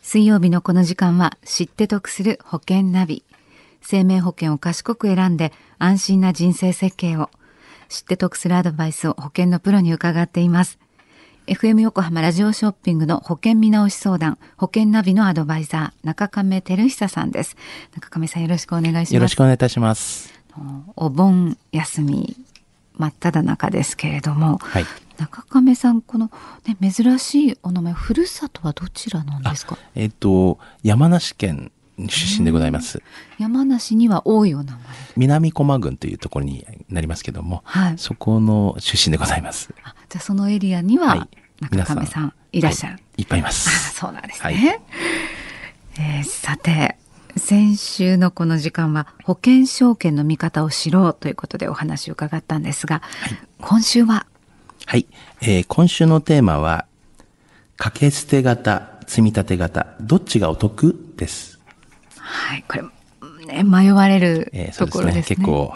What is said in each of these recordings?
水曜日のこの時間は知って得する保険ナビ。生命保険を賢く選んで安心な人生設計を。知って得するアドバイスを保険のプロに伺っています。FM 横浜ラジオショッピングの保険見直し相談、保険ナビのアドバイザー、中亀照久さんです。中亀さん、よろしくお願いします。 よろしくお願いいたします。 お盆休み真っ只中ですけれども、 はい、 中亀さん、この、珍しいお名前、ふるさとはどちらなんですか？ 山梨県出身でございます。 山梨には多いお名前。 南高麗郡というところになりますけども、はい、そこの出身でございます。 じゃあそのエリアには中亀さんいらっしゃる。 いっぱいいます。 そうなんですね。さて、先週のこの時間は保険証券の見方を知ろうということでお話を伺ったんですが、今週は、 今週のテーマは掛け捨て型、積み立て型、どっちがお得です。 はい、これ、迷われるところですね。 結構、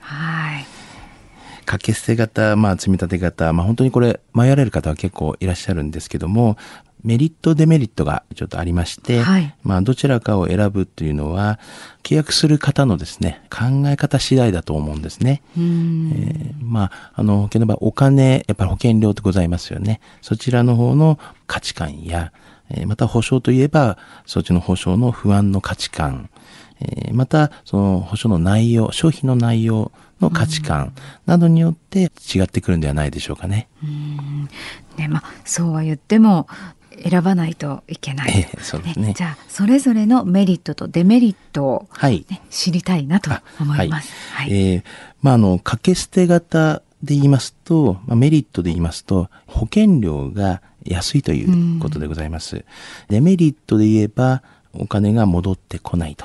掛け捨て型、積み立て型、本当にこれ迷われる方は結構いらっしゃるんですけども、メリットデメリットがちょっとありまして、どちらかを選ぶというのは契約する方のですね、考え方次第だと思うんですね。保険の場合お金、やっぱり保険料ってございますよね。そちらの方の価値観や、また保証といえばそっちの保証の不安の価値観、またその保証の内容、商品の内容の価値観などによって違ってくるんではないでしょうかね。 そうは言っても選ばないといけない、 そうですね。 じゃあそれぞれのメリットとデメリットを、知りたいなと思います。 掛け捨て型で言いますと、メリットで言いますと保険料が安いということでございます。デメリットで言えばお金が戻ってこないと。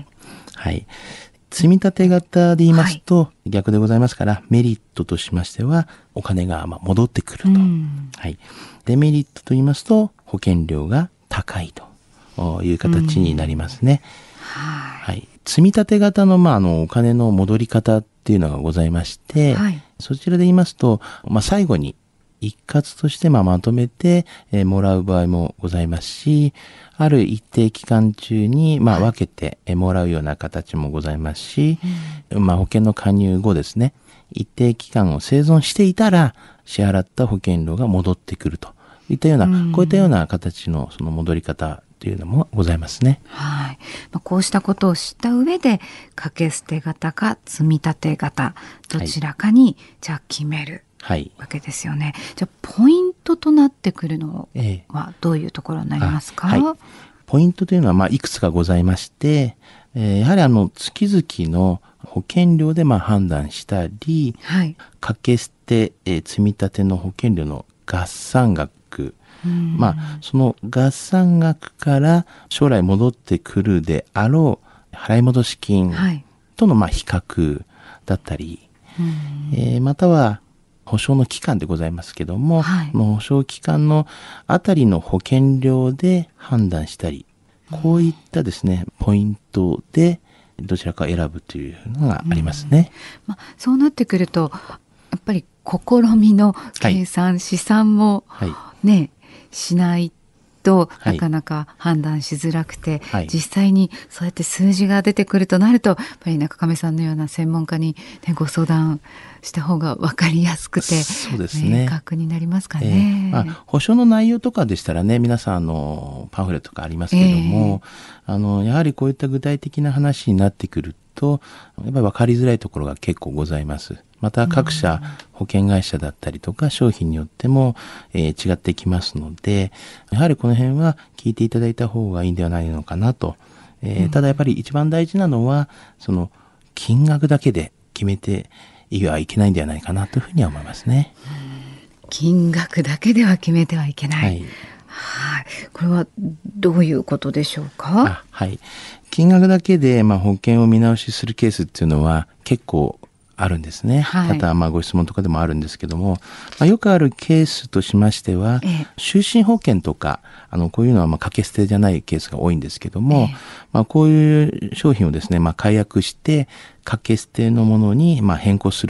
積み立て型で言いますと、逆でございますから、メリットとしましてはお金が戻ってくると。デメリットと言いますと保険料が高いという形になりますね。積み立て型のお金の戻り方っていうのがございまして、そちらで言いますと、最後に一括としてまとめてもらう場合もございますし、ある一定期間中に分けてもらうような形もございますし、保険の加入後ですね、一定期間を生存していたら支払った保険料が戻ってくるといったような、こういったような形のその戻り方というのもございますね。 こうしたことを知った上で掛け捨て型か積み立て型、どちらかにじゃあ決めるわけですよね。じゃあポイントとなってくるのはどういうところになりますか？ ポイントというのは、いくつかございまして、やはり月々の保険料で判断したり、掛け捨て、積み立ての保険料の合算額、その合算額から将来戻ってくるであろう払い戻し金との比較だったり、または保証の期間でございますけども、保証期間のあたりの保険料で判断したり、こういったですね、ポイントでどちらか選ぶというのがありますね。 そうなってくるとやっぱり試みの計算、試算もしないとなかなか判断しづらくて、実際にそうやって数字が出てくるとなると、やっぱり中亀さんのような専門家に、ご相談した方が分かりやすくて明確になりますかね。 保証の内容とかでしたらね、皆さんパンフレットとかありますけども、やはりこういった具体的な話になってくるとやっぱり分かりづらいところが結構ございます。また各社、保険会社だったりとか商品によっても、違ってきますので、やはりこの辺は聞いていただいた方がいいんではないのかなと。ただやっぱり一番大事なのはその金額だけで決めてはいけないんではないかなというふうには思いますね。 金額だけでは決めてはいけない。これはどういうことでしょうか？ 金額だけで保険を見直しするケースっていうのは結構あるんですね。多々ご質問とかでもあるんですけども、よくあるケースとしましては、就寝保険とかこういうのは掛け捨てじゃないケースが多いんですけども、こういう商品をですね、解約して掛け捨てのものに変更するっ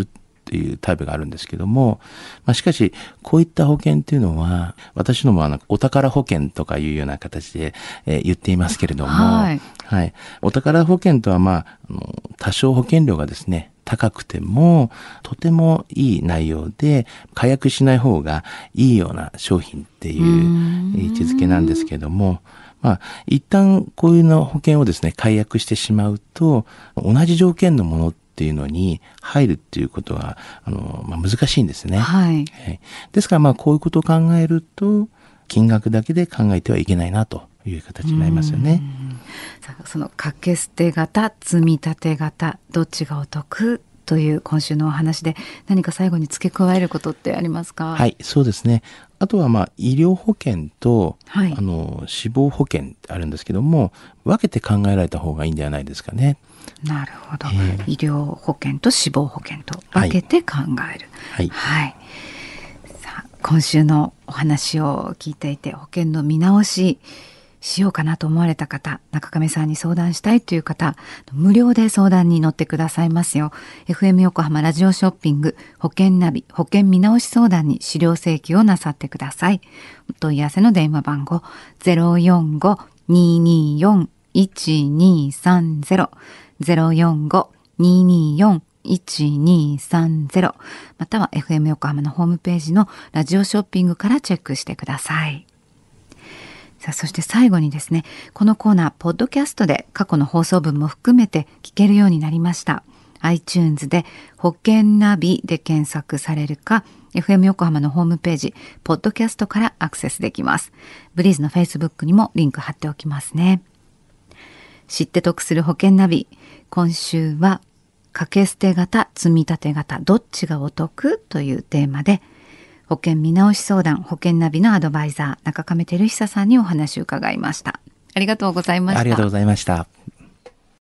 っていうタイプがあるんですけども、しかしこういった保険っていうのは私のもお宝保険とかいうような形で、言っていますけれども、はい、お宝保険とは多少保険料がですね高くてもとてもいい内容で解約しない方がいいような商品っていう位置づけなんですけども、一旦こういうの保険をですね解約してしまうと同じ条件のものっていうのに入るっていうことは難しいんですね。はい。ですからこういうことを考えると金額だけで考えてはいけないなという形になりますよね。 その掛け捨て型、積み立て型、どっちがお得という今週のお話で何か最後に付け加えることってありますか？ はい、そうですね。あとは医療保険と、死亡保険ってあるんですけども、分けて考えられた方がいいんではないですかね。 なるほど。医療保険と死亡保険と分けて考える。はい。さあ、今週のお話を聞いていて保険の見直ししようかなと思われた方、中亀さんに相談したいという方、無料で相談に乗ってくださいますよ。FM 横浜ラジオショッピング保険ナビ保険見直し相談に資料請求をなさってください。お問い合わせの電話番号 045-224-1230 045-224-1230 または FM 横浜のホームページのラジオショッピングからチェックしてください。さあ、そして最後にですね、このコーナーポッドキャストで過去の放送分も含めて聞けるようになりました。 iTunes で保険ナビで検索されるか FM 横浜のホームページポッドキャストからアクセスできます。ブリーズの Facebook にもリンク貼っておきますね。知って得する保険ナビ、今週は掛け捨て型、積み立て型、どっちがお得というテーマで保険見直し相談保険ナビのアドバイザー中亀照久さんにお話を伺いました。ありがとうございました。 ありがとうございました。